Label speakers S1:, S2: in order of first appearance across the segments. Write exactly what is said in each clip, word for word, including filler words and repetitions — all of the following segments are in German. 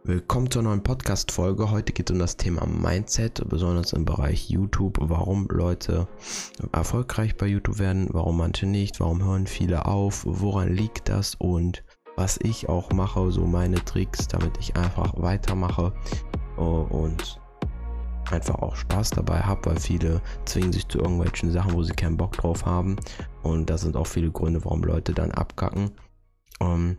S1: Willkommen zur neuen Podcast-Folge. Heute geht es um das Thema Mindset, besonders im Bereich YouTube. Warum Leute erfolgreich bei YouTube werden, warum manche nicht, warum hören viele auf, woran liegt das und was ich auch mache, so meine Tricks, damit ich einfach weitermache und einfach auch Spaß dabei habe, weil viele zwingen sich zu irgendwelchen Sachen, wo sie keinen Bock drauf haben, und das sind auch viele Gründe, warum Leute dann abkacken. Um,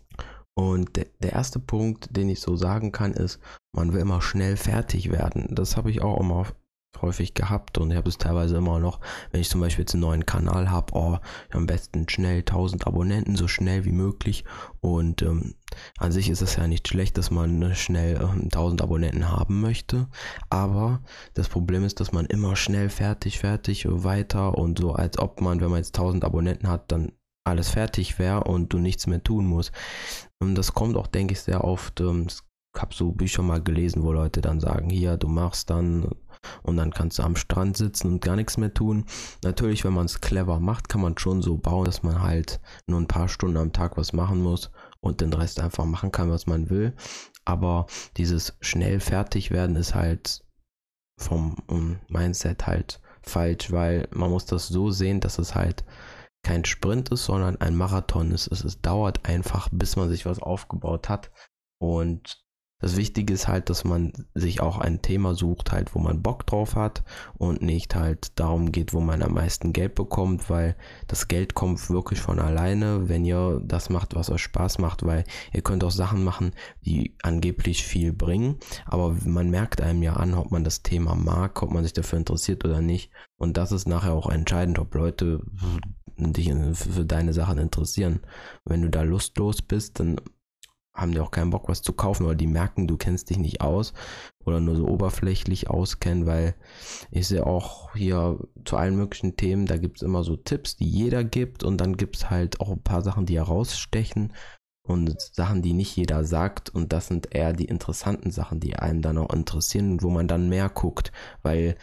S1: Und der, der erste Punkt, den ich so sagen kann, ist, man will immer schnell fertig werden. Das habe ich auch immer häufig gehabt und ich habe es teilweise immer noch, wenn ich zum Beispiel jetzt einen neuen Kanal habe, oh, am besten schnell tausend Abonnenten, so schnell wie möglich. Und ähm, an sich ist es ja nicht schlecht, dass man schnell ähm, tausend Abonnenten haben möchte, aber das Problem ist, dass man immer schnell fertig, fertig, weiter und so, als ob man, wenn man jetzt tausend Abonnenten hat, dann alles fertig wäre und du nichts mehr tun musst. Und das kommt auch, denke ich, sehr oft. ähm, Ich habe so Bücher mal gelesen, wo Leute dann sagen, hier, du machst dann und dann kannst du am Strand sitzen und gar nichts mehr tun. Natürlich, wenn man es clever macht, kann man schon so bauen, dass man halt nur ein paar Stunden am Tag was machen muss und den Rest einfach machen kann, was man will. Aber dieses schnell fertig werden ist halt vom um, Mindset halt falsch, weil man muss das so sehen, dass es halt kein Sprint ist, sondern ein Marathon ist. Es, es dauert einfach, bis man sich was aufgebaut hat. Und das Wichtige ist halt, dass man sich auch ein Thema sucht, halt, wo man Bock drauf hat und nicht halt darum geht, wo man am meisten Geld bekommt, weil das Geld kommt wirklich von alleine, wenn ihr das macht, was euch Spaß macht, weil ihr könnt auch Sachen machen, die angeblich viel bringen, aber man merkt einem ja an, ob man das Thema mag, ob man sich dafür interessiert oder nicht. Und das ist nachher auch entscheidend, ob Leute dich für deine Sachen interessieren. Wenn du da lustlos bist, dann haben die auch keinen Bock, was zu kaufen, oder die merken, du kennst dich nicht aus oder nur so oberflächlich auskennen, weil ich sehe auch hier zu allen möglichen Themen, da gibt es immer so Tipps, die jeder gibt, und dann gibt es halt auch ein paar Sachen, die herausstechen und Sachen, die nicht jeder sagt, und das sind eher die interessanten Sachen, die einem dann auch interessieren und wo man dann mehr guckt, weil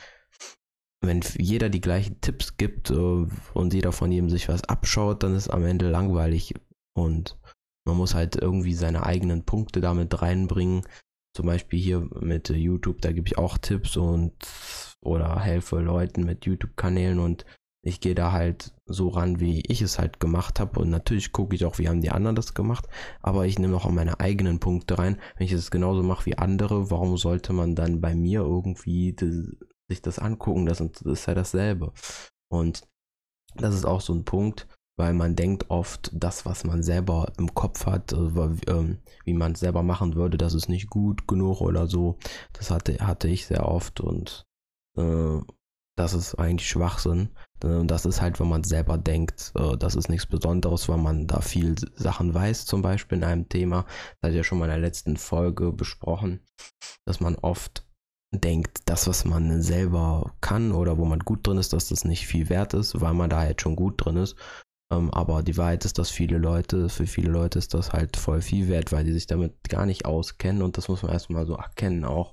S1: wenn jeder die gleichen Tipps gibt äh, und jeder von jedem sich was abschaut, dann ist am Ende langweilig und man muss halt irgendwie seine eigenen Punkte damit reinbringen. Zum Beispiel hier mit YouTube, da gebe ich auch Tipps und oder helfe Leuten mit YouTube-Kanälen, und ich gehe da halt so ran, wie ich es halt gemacht habe, und natürlich gucke ich auch, wie haben die anderen das gemacht, aber ich nehme auch meine eigenen Punkte rein. Wenn ich es genauso mache wie andere, warum sollte man dann bei mir irgendwie das, sich das angucken? Das ist ja dasselbe. Und das ist auch so ein Punkt, weil man denkt oft, das, was man selber im Kopf hat, äh, wie man es selber machen würde, das ist nicht gut genug oder so. Das hatte, hatte ich sehr oft, und äh, das ist eigentlich Schwachsinn. Äh, Das ist halt, wenn man selber denkt, äh, das ist nichts Besonderes, weil man da viel Sachen weiß, zum Beispiel in einem Thema. Das hatte ich ja schon mal in der letzten Folge besprochen, dass man oft denkt, das, was man selber kann oder wo man gut drin ist, dass das nicht viel wert ist, weil man da halt schon gut drin ist. Ähm, aber die Wahrheit ist, dass viele Leute, für viele Leute ist das halt voll viel wert, weil die sich damit gar nicht auskennen, und das muss man erstmal so erkennen auch.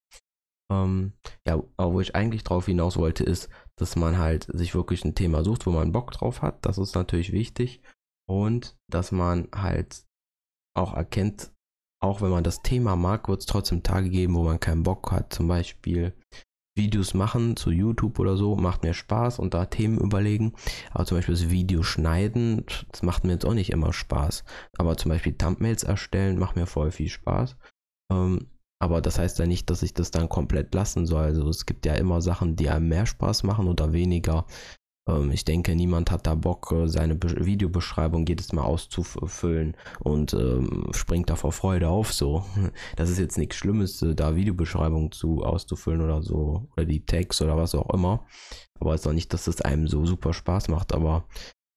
S1: Ähm, ja, aber wo ich eigentlich drauf hinaus wollte, ist, dass man halt sich wirklich ein Thema sucht, wo man Bock drauf hat. Das ist natürlich wichtig. Und dass man halt auch erkennt, auch wenn man das Thema mag, wird es trotzdem Tage geben, wo man keinen Bock hat. Zum Beispiel Videos machen zu YouTube oder so, macht mir Spaß, und da Themen überlegen. Aber zum Beispiel das Video schneiden, das macht mir jetzt auch nicht immer Spaß. Aber zum Beispiel Thumbnails erstellen macht mir voll viel Spaß. Ähm, aber das heißt ja nicht, dass ich das dann komplett lassen soll. Also es gibt ja immer Sachen, die einem mehr Spaß machen oder weniger. Ähm, ich denke, niemand hat da Bock, äh, seine Be Videobeschreibung jedes Mal auszufüllen und ähm, springt da vor Freude auf. So, das ist jetzt nichts Schlimmes, äh, da Videobeschreibungen zu auszufüllen oder so, oder die Tags oder was auch immer. Aber es ist auch nicht, dass es einem so super Spaß macht. Aber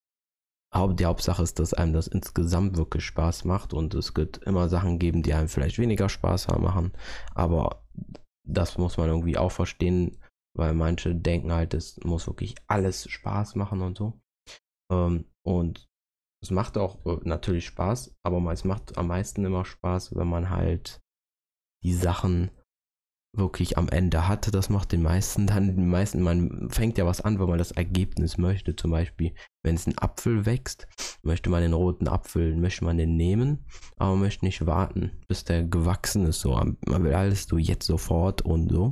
S1: die Hauptsache ist, dass einem das insgesamt wirklich Spaß macht, und es wird immer Sachen geben, die einem vielleicht weniger Spaß machen. Aber das muss man irgendwie auch verstehen, weil manche denken halt, es muss wirklich alles Spaß machen und so. Ähm, und es macht auch äh, natürlich Spaß, aber es macht am meisten immer Spaß, wenn man halt die Sachen wirklich am Ende hatte. Das macht den meisten dann, die meisten, man fängt ja was an, wenn man das Ergebnis möchte. Zum Beispiel, wenn es ein Apfel wächst, möchte man den roten Apfel, möchte man den nehmen, aber man möchte nicht warten, bis der gewachsen ist. So, man will alles so jetzt sofort und so.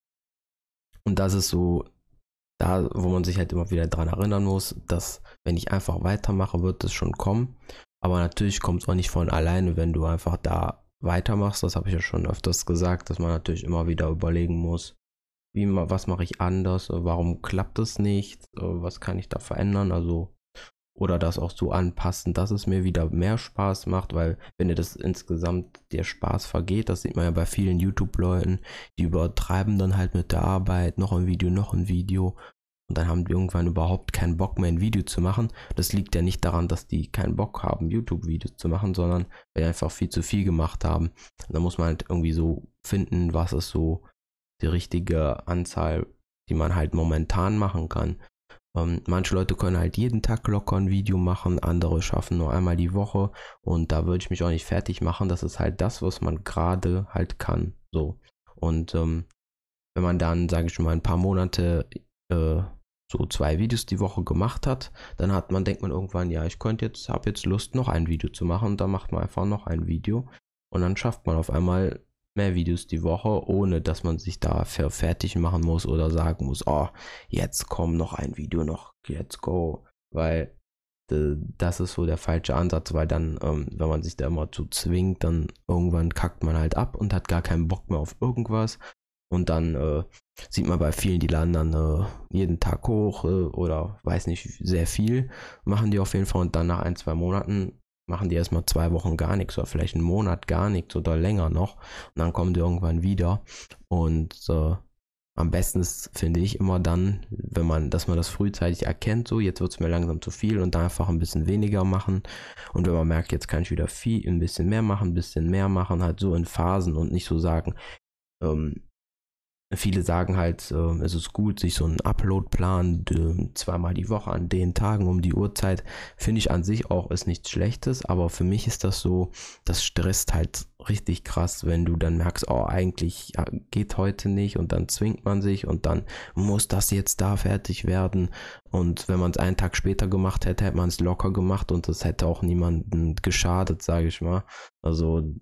S1: Und das ist so da, wo man sich halt immer wieder dran erinnern muss, dass wenn ich einfach weitermache, wird es schon kommen. Aber natürlich kommt es auch nicht von alleine, wenn du einfach da weitermachst. Das habe ich ja schon öfters gesagt, dass man natürlich immer wieder überlegen muss, wie, was mache ich anders, warum klappt es nicht, was kann ich da verändern, also oder das auch so anpassen, dass es mir wieder mehr Spaß macht, weil wenn dir das insgesamt der Spaß vergeht, das sieht man ja bei vielen YouTube-Leuten, die übertreiben dann halt mit der Arbeit, noch ein Video, noch ein Video und dann haben die irgendwann überhaupt keinen Bock mehr ein Video zu machen. Das liegt ja nicht daran, dass die keinen Bock haben, YouTube-Videos zu machen, sondern weil die einfach viel zu viel gemacht haben. Und da muss man halt irgendwie so finden, was ist so die richtige Anzahl, die man halt momentan machen kann. Ähm, manche Leute können halt jeden Tag locker ein Video machen, andere schaffen nur einmal die Woche und da würde ich mich auch nicht fertig machen. Das ist halt das, was man gerade halt kann. So. Und ähm, wenn man dann, sage ich mal, ein paar Monate äh, so zwei Videos die Woche gemacht hat, dann hat man, denkt man irgendwann, ja, ich könnte jetzt, habe jetzt Lust, noch ein Video zu machen und dann macht man einfach noch ein Video und dann schafft man auf einmal mehr Videos die Woche, ohne dass man sich da fertig machen muss oder sagen muss, oh, jetzt komm noch ein Video noch, let's go, weil äh, das ist so der falsche Ansatz, weil dann, ähm, wenn man sich da immer zu zwingt, dann irgendwann kackt man halt ab und hat gar keinen Bock mehr auf irgendwas und dann äh, sieht man bei vielen, die laden dann äh, jeden Tag hoch äh, oder weiß nicht, sehr viel machen die auf jeden Fall und dann nach ein, zwei Monaten machen die erstmal zwei Wochen gar nichts oder vielleicht einen Monat gar nichts oder länger noch und dann kommen die irgendwann wieder und äh, am besten ist, finde ich, immer dann, wenn man, dass man das frühzeitig erkennt, so jetzt wird es mir langsam zu viel und dann einfach ein bisschen weniger machen und wenn man merkt, jetzt kann ich wieder viel, ein bisschen mehr machen, ein bisschen mehr machen, halt so in Phasen und nicht so sagen, ähm, viele sagen halt, äh, es ist gut, sich so einen Upload-Plan äh, zweimal die Woche an den Tagen um die Uhrzeit, finde ich an sich auch ist nichts Schlechtes, aber für mich ist das so, das stresst halt richtig krass, wenn du dann merkst, oh, eigentlich ja, geht heute nicht und dann zwingt man sich und dann muss das jetzt da fertig werden und wenn man es einen Tag später gemacht hätte, hätte man es locker gemacht und das hätte auch niemandem geschadet, sage ich mal. Also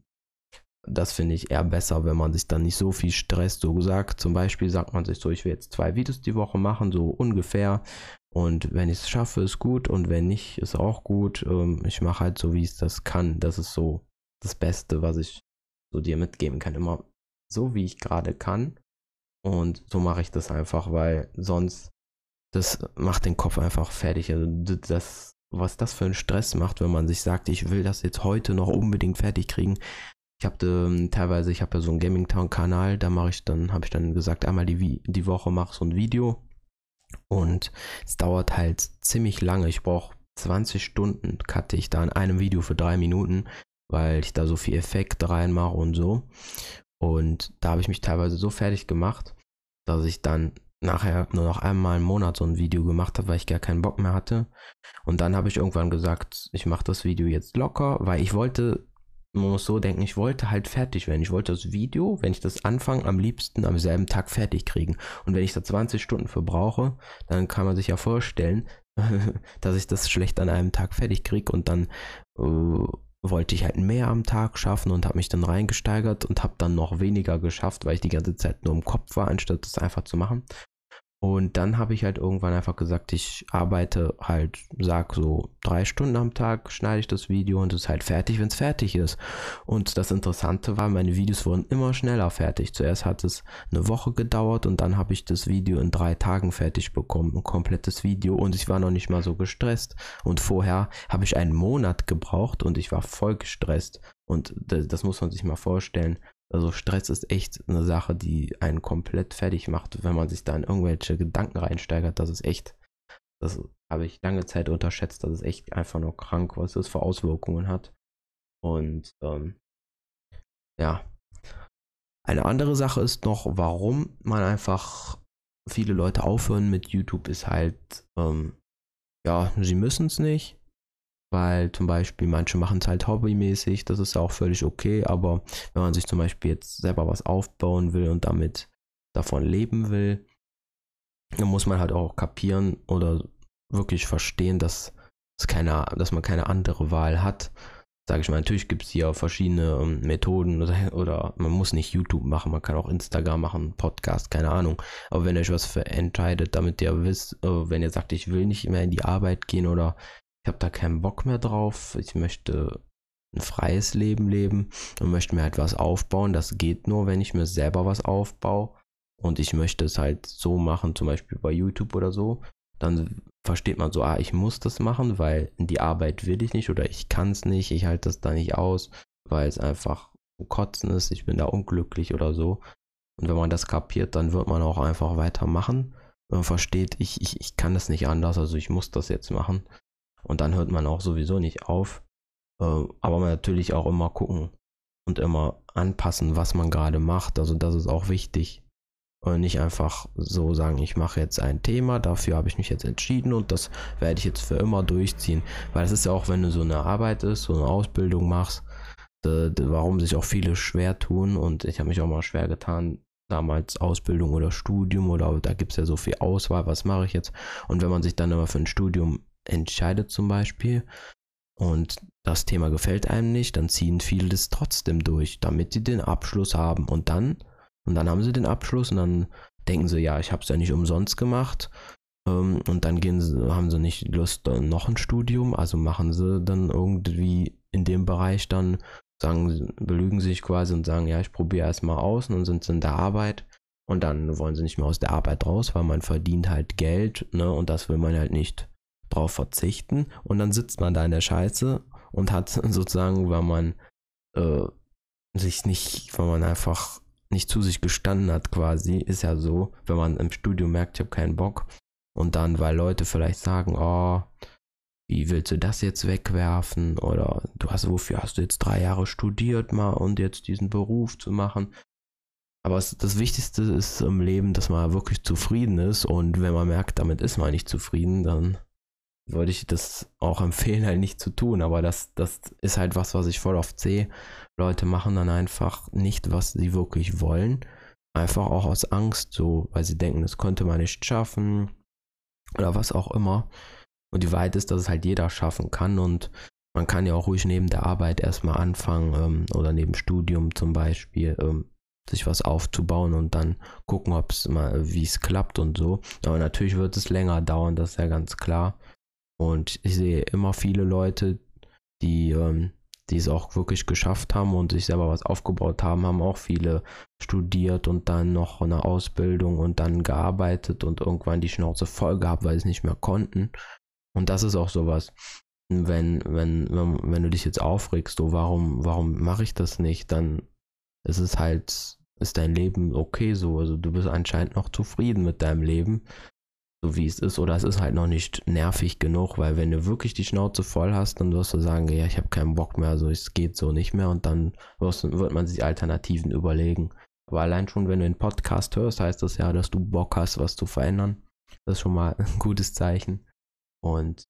S1: das finde ich eher besser, wenn man sich dann nicht so viel stresst. So gesagt, zum Beispiel sagt man sich so, ich will jetzt zwei Videos die Woche machen, so ungefähr. Und wenn ich es schaffe, ist gut. Und wenn nicht, ist auch gut. Ähm, ich mache halt so, wie ich das kann. Das ist so das Beste, was ich so dir mitgeben kann. Immer so, wie ich gerade kann. Und so mache ich das einfach, weil sonst, das macht den Kopf einfach fertig. Also das, was das für einen Stress macht, wenn man sich sagt, ich will das jetzt heute noch unbedingt fertig kriegen. Ich habe ähm, teilweise, ich habe ja so einen Gaming Town Kanal, da mache ich dann, habe ich dann gesagt, einmal die, die Woche mache so ein Video und es dauert halt ziemlich lange. Ich brauche zwanzig Stunden, cutte ich da in einem Video für drei Minuten, weil ich da so viel Effekt reinmache und so. Und da habe ich mich teilweise so fertig gemacht, dass ich dann nachher nur noch einmal im Monat so ein Video gemacht habe, weil ich gar keinen Bock mehr hatte. Und dann habe ich irgendwann gesagt, ich mache das Video jetzt locker, weil ich wollte, man muss so denken, ich wollte halt fertig werden. Ich wollte das Video, wenn ich das anfange, am liebsten am selben Tag fertig kriegen. Und wenn ich da zwanzig Stunden für brauche, dann kann man sich ja vorstellen, dass ich das schlecht an einem Tag fertig kriege. Und dann äh, wollte ich halt mehr am Tag schaffen und habe mich dann reingesteigert und habe dann noch weniger geschafft, weil ich die ganze Zeit nur im Kopf war, anstatt das einfach zu machen. Und dann habe ich halt irgendwann einfach gesagt, ich arbeite halt, sag so drei Stunden am Tag, schneide ich das Video und es ist halt fertig, wenn es fertig ist. Und das Interessante war, meine Videos wurden immer schneller fertig. Zuerst hat es eine Woche gedauert und dann habe ich das Video in drei Tagen fertig bekommen, ein komplettes Video und ich war noch nicht mal so gestresst. Und vorher habe ich einen Monat gebraucht und ich war voll gestresst. Und das, das muss man sich mal vorstellen. Also Stress ist echt eine Sache, die einen komplett fertig macht, wenn man sich da in irgendwelche Gedanken reinsteigert. Das ist echt, das habe ich lange Zeit unterschätzt, dass es echt einfach nur krank, was es für Auswirkungen hat. Und ähm, ja, eine andere Sache ist noch, warum man einfach viele Leute aufhören mit YouTube, ist halt, ähm, ja, sie müssen es nicht. weil zum Beispiel manche machen es halt hobbymäßig, das ist ja auch völlig okay, aber wenn man sich zum Beispiel jetzt selber was aufbauen will und damit davon leben will, dann muss man halt auch kapieren oder wirklich verstehen, dass es keine, dass man keine andere Wahl hat. Sage ich mal, natürlich gibt es hier verschiedene ähm, Methoden oder, oder man muss nicht YouTube machen, man kann auch Instagram machen, Podcast, keine Ahnung. Aber wenn ihr euch was für entscheidet, damit ihr wisst, äh, wenn ihr sagt, ich will nicht mehr in die Arbeit gehen oder ich habe da keinen Bock mehr drauf, ich möchte ein freies Leben leben und möchte mir halt was aufbauen, das geht nur, wenn ich mir selber was aufbaue und ich möchte es halt so machen, zum Beispiel bei YouTube oder so, dann versteht man so, ah, ich muss das machen, weil in die Arbeit will ich nicht oder ich kann es nicht, ich halte das da nicht aus, weil es einfach ein Kotzen ist, ich bin da unglücklich oder so. Und wenn man das kapiert, dann wird man auch einfach weitermachen. Man versteht, ich, ich, ich kann das nicht anders, also ich muss das jetzt machen. Und dann hört man auch sowieso nicht auf. Äh, aber man natürlich auch immer gucken und immer anpassen, was man gerade macht. Also das ist auch wichtig. Und nicht einfach so sagen, ich mache jetzt ein Thema, dafür habe ich mich jetzt entschieden und das werde ich jetzt für immer durchziehen. Weil es ist ja auch, wenn du so eine Arbeit ist, so eine Ausbildung machst, de, de, warum sich auch viele schwer tun und ich habe mich auch mal schwer getan, damals Ausbildung oder Studium oder da gibt es ja so viel Auswahl, was mache ich jetzt? Und wenn man sich dann immer für ein Studium entscheidet zum Beispiel und das Thema gefällt einem nicht, dann ziehen viele das trotzdem durch, damit sie den Abschluss haben und dann Und dann haben sie den Abschluss und dann denken sie, ja, ich habe es ja nicht umsonst gemacht. Ähm, und dann gehen sie, haben sie nicht Lust, äh, noch ein Studium. Also machen sie dann irgendwie in dem Bereich dann, sagen, belügen sich quasi und sagen, ja, ich probiere erstmal aus und dann sind sie in der Arbeit. Und dann wollen sie nicht mehr aus der Arbeit raus, weil man verdient halt Geld, ne? Und das will man halt nicht drauf verzichten. Und dann sitzt man da in der Scheiße und hat sozusagen, weil man äh, sich nicht, weil man einfach nicht zu sich gestanden hat quasi, ist ja so, wenn man im Studium merkt, ich habe keinen Bock und dann, weil Leute vielleicht sagen, oh, wie willst du das jetzt wegwerfen oder du hast, wofür hast du jetzt drei Jahre studiert mal und jetzt diesen Beruf zu machen, aber es, das Wichtigste ist im Leben, dass man wirklich zufrieden ist und wenn man merkt, damit ist man nicht zufrieden, dann würde ich das auch empfehlen, halt nicht zu tun. Aber das, das ist halt was, was ich voll oft sehe. Leute machen dann einfach nicht, was sie wirklich wollen. Einfach auch aus Angst, so, weil sie denken, das könnte man nicht schaffen oder was auch immer. Und die Wahrheit ist, dass es halt jeder schaffen kann und man kann ja auch ruhig neben der Arbeit erstmal anfangen ähm, oder neben Studium zum Beispiel ähm, sich was aufzubauen und dann gucken, ob es mal, wie es klappt und so. Aber natürlich wird es länger dauern, das ist ja ganz klar. Und ich sehe immer viele Leute, die, ähm, die es auch wirklich geschafft haben und sich selber was aufgebaut haben, haben auch viele studiert und dann noch eine Ausbildung und dann gearbeitet und irgendwann die Schnauze voll gehabt, weil sie es nicht mehr konnten. Und das ist auch sowas. Wenn, wenn, wenn, wenn du dich jetzt aufregst, so warum, warum mache ich das nicht, dann ist es halt, ist dein Leben okay so. Also du bist anscheinend noch zufrieden mit deinem Leben, so wie es ist, oder es ist halt noch nicht nervig genug, weil wenn du wirklich die Schnauze voll hast, dann wirst du sagen, ja, ich habe keinen Bock mehr, also es geht so nicht mehr und dann wirst, wird man sich Alternativen überlegen. Aber allein schon, wenn du den Podcast hörst, heißt das ja, dass du Bock hast, was zu verändern. Das ist schon mal ein gutes Zeichen. Und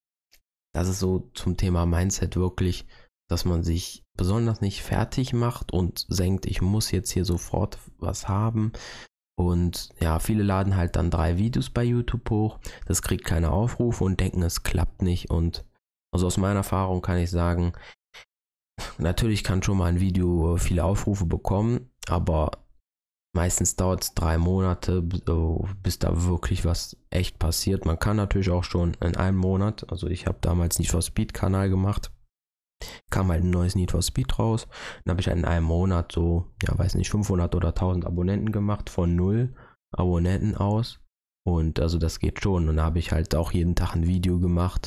S1: das ist so zum Thema Mindset wirklich, dass man sich besonders nicht fertig macht und denkt, ich muss jetzt hier sofort was haben. Und ja, viele laden halt dann drei Videos bei YouTube hoch, das kriegt keine Aufrufe und denken, es klappt nicht. Und also aus meiner Erfahrung kann ich sagen, natürlich kann schon mal ein Video viele Aufrufe bekommen, aber meistens dauert es drei Monate, bis da wirklich was echt passiert. Man kann natürlich auch schon in einem Monat, also ich habe damals Need for Speed Kanal gemacht, kam halt ein neues Need for Speed raus. Dann habe ich in einem Monat so, ja weiß nicht, fünfhundert oder tausend Abonnenten gemacht, von null Abonnenten aus. Und also das geht schon. Und da habe ich halt auch jeden Tag ein Video gemacht.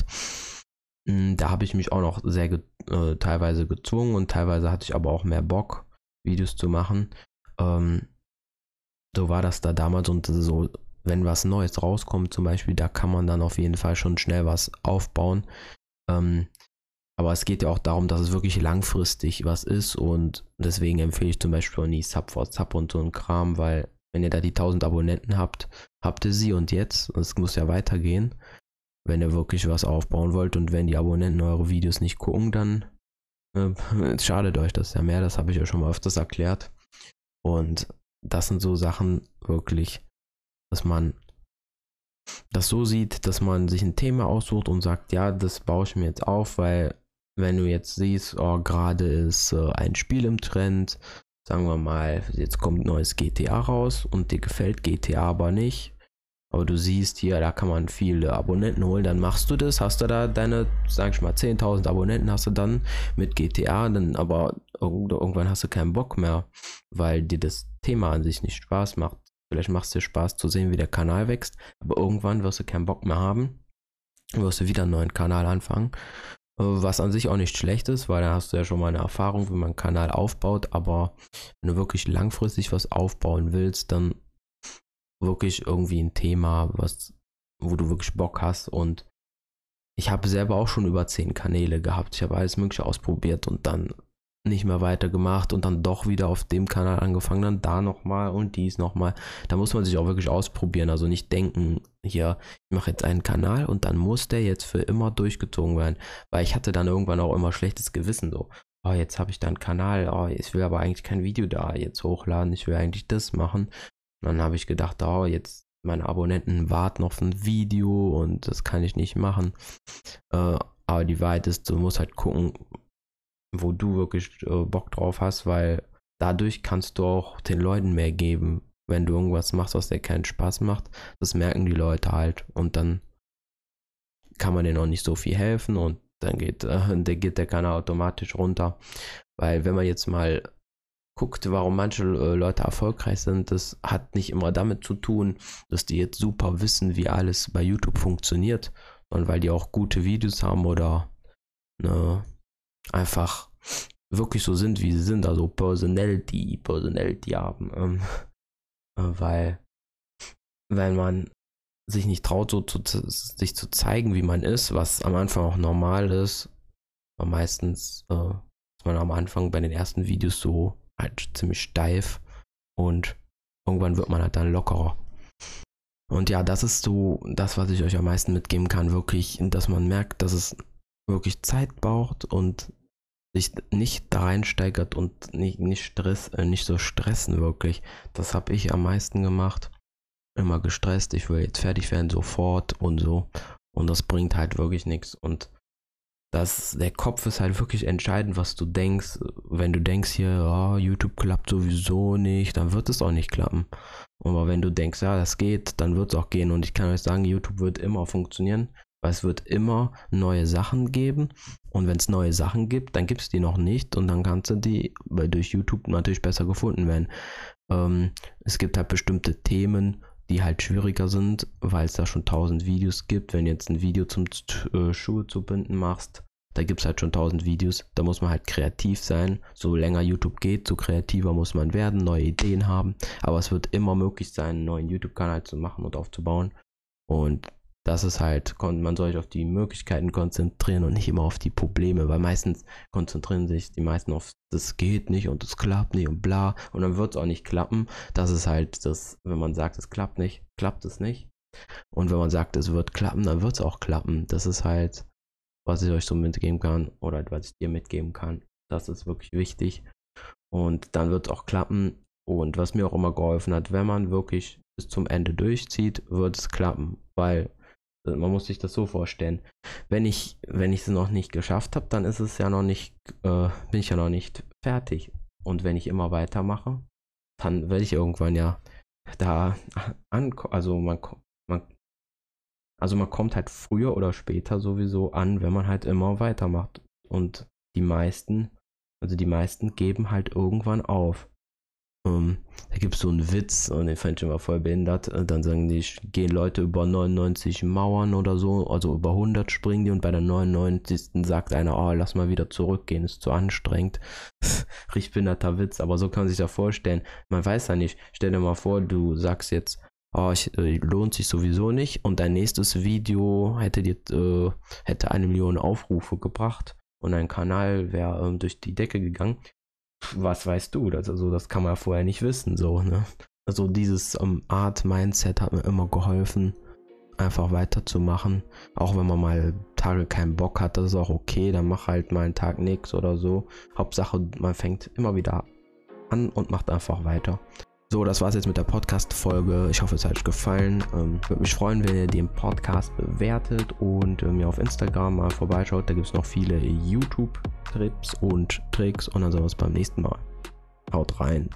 S1: Da habe ich mich auch noch sehr ge äh, teilweise gezwungen und teilweise hatte ich aber auch mehr Bock, Videos zu machen. Ähm, so war das da damals und so, wenn was Neues rauskommt zum Beispiel, da kann man dann auf jeden Fall schon schnell was aufbauen. Ähm, Aber es geht ja auch darum, dass es wirklich langfristig was ist und deswegen empfehle ich zum Beispiel auch nie Sub for Sub und so ein Kram, weil wenn ihr da die tausend Abonnenten habt, habt ihr sie und jetzt, es muss ja weitergehen wenn ihr wirklich was aufbauen wollt und wenn die Abonnenten eure Videos nicht gucken, dann äh, schadet euch das ja mehr, das habe ich ja schon mal öfters erklärt. Und das sind so Sachen wirklich, dass man das so sieht, dass man sich ein Thema aussucht und sagt, ja, das baue ich mir jetzt auf, weil wenn du jetzt siehst, oh, gerade ist äh, ein Spiel im Trend, sagen wir mal, jetzt kommt neues G T A raus und dir gefällt G T A aber nicht, aber du siehst hier, da kann man viele Abonnenten holen, dann machst du das, hast du da deine, sag ich mal, zehntausend Abonnenten hast du dann mit G T A, dann aber irgendwann hast du keinen Bock mehr, weil dir das Thema an sich nicht Spaß macht. Vielleicht macht es dir Spaß zu sehen, wie der Kanal wächst, aber irgendwann wirst du keinen Bock mehr haben, wirst du wieder einen neuen Kanal anfangen, was an sich auch nicht schlecht ist, weil da hast du ja schon mal eine Erfahrung, wie man einen Kanal aufbaut, aber wenn du wirklich langfristig was aufbauen willst, dann wirklich irgendwie ein Thema, was, wo du wirklich Bock hast. Und ich habe selber auch schon über zehn Kanäle gehabt. Ich habe alles Mögliche ausprobiert und dann nicht mehr weitergemacht und dann doch wieder auf dem Kanal angefangen, dann da nochmal und dies nochmal. Da muss man sich auch wirklich ausprobieren, also nicht denken, hier, ich mache jetzt einen Kanal und dann muss der jetzt für immer durchgezogen werden, weil ich hatte dann irgendwann auch immer schlechtes Gewissen, so, oh, jetzt habe ich da einen Kanal, oh, ich will aber eigentlich kein Video da jetzt hochladen, ich will eigentlich das machen. Und dann habe ich gedacht, oh, jetzt meine Abonnenten warten auf ein Video und das kann ich nicht machen. Äh, aber die Wahrheit ist, du musst halt gucken, wo du wirklich äh, Bock drauf hast, weil dadurch kannst du auch den Leuten mehr geben. Wenn du irgendwas machst, was dir keinen Spaß macht, das merken die Leute halt und dann kann man denen auch nicht so viel helfen und dann geht, äh, der, geht der Kanal automatisch runter. Weil wenn man jetzt mal guckt, warum manche äh, Leute erfolgreich sind, das hat nicht immer damit zu tun, dass die jetzt super wissen, wie alles bei YouTube funktioniert, sondern weil die auch gute Videos haben oder ne, einfach wirklich so sind, wie sie sind, also Personality, Personality haben, ähm, äh, weil wenn man sich nicht traut, so zu, sich zu zeigen, wie man ist, was am Anfang auch normal ist, aber meistens äh, ist man am Anfang bei den ersten Videos so halt ziemlich steif und irgendwann wird man halt dann lockerer. Und ja, das ist so das, was ich euch am meisten mitgeben kann, wirklich, dass man merkt, dass es wirklich Zeit braucht und sich nicht da reinsteigert und nicht, nicht, Stress, äh, nicht so stressen wirklich. Das habe ich am meisten gemacht. Immer gestresst, ich will jetzt fertig werden, sofort und so. Und das bringt halt wirklich nichts. Und das, der Kopf ist halt wirklich entscheidend, was du denkst. Wenn du denkst hier, oh, YouTube klappt sowieso nicht, dann wird es auch nicht klappen. Aber wenn du denkst, ja, das geht, dann wird es auch gehen. Und ich kann euch sagen, YouTube wird immer funktionieren. Weil es wird immer neue Sachen geben und wenn es neue Sachen gibt, dann gibt es die noch nicht und dann kannst du die weil durch YouTube natürlich besser gefunden werden. Ähm, es gibt halt bestimmte Themen, die halt schwieriger sind, weil es da schon tausend Videos gibt. Wenn du jetzt ein Video zum äh, Schuhe zu binden machst, da gibt es halt schon tausend Videos. Da muss man halt kreativ sein. So länger YouTube geht, so kreativer muss man werden, neue Ideen haben. Aber es wird immer möglich sein, einen neuen YouTube-Kanal zu machen und aufzubauen. Und das ist halt, man soll sich auf die Möglichkeiten konzentrieren und nicht immer auf die Probleme, weil meistens konzentrieren sich die meisten auf, das geht nicht und das klappt nicht und bla und dann wird es auch nicht klappen. Das ist halt das, wenn man sagt, es klappt nicht, klappt es nicht. Und wenn man sagt, es wird klappen, dann wird es auch klappen. Das ist halt, was ich euch so mitgeben kann oder was ich dir mitgeben kann. Das ist wirklich wichtig und dann wird es auch klappen. Und was mir auch immer geholfen hat, wenn man wirklich bis zum Ende durchzieht, wird es klappen, weil man muss sich das so vorstellen. Wenn ich, wenn ich es noch nicht geschafft habe, dann ist es ja noch nicht, äh, bin ich ja noch nicht fertig. Und wenn ich immer weitermache, dann werde ich irgendwann ja da ankommen. Also man, man, also man kommt halt früher oder später sowieso an, wenn man halt immer weitermacht. Und die meisten, also die meisten geben halt irgendwann auf. Um, da gibt es so einen Witz und den fand ich immer voll behindert. Dann sagen die, gehen Leute über neunundneunzig Mauern oder so, also über hundert springen die und bei der neunundneunzigsten sagt einer, oh, lass mal wieder zurückgehen, ist zu anstrengend. Richtig behinderter Witz, aber so kann man sich das vorstellen. Man weiß ja nicht, stell dir mal vor, du sagst jetzt, oh, ich, äh, lohnt sich sowieso nicht und dein nächstes Video hätte dir, äh, hätte eine Million Aufrufe gebracht und dein Kanal wäre ähm, durch die Decke gegangen. Was weißt du? Das, also, das kann man ja vorher nicht wissen, so, ne? Also dieses um, Art Mindset hat mir immer geholfen. einfach weiterzumachen. Auch wenn man mal Tage keinen Bock hat, das ist auch okay, dann mach halt mal einen Tag nichts oder so. Hauptsache, man fängt immer wieder an und macht einfach weiter. So, das war's jetzt mit der Podcast-Folge. Ich hoffe, es hat euch gefallen. Ähm, würde mich freuen, wenn ihr den Podcast bewertet und äh, mir auf Instagram mal vorbeischaut. Da gibt es noch viele YouTube-Tipps und Tricks und dann sehen wir uns beim nächsten Mal. Haut rein.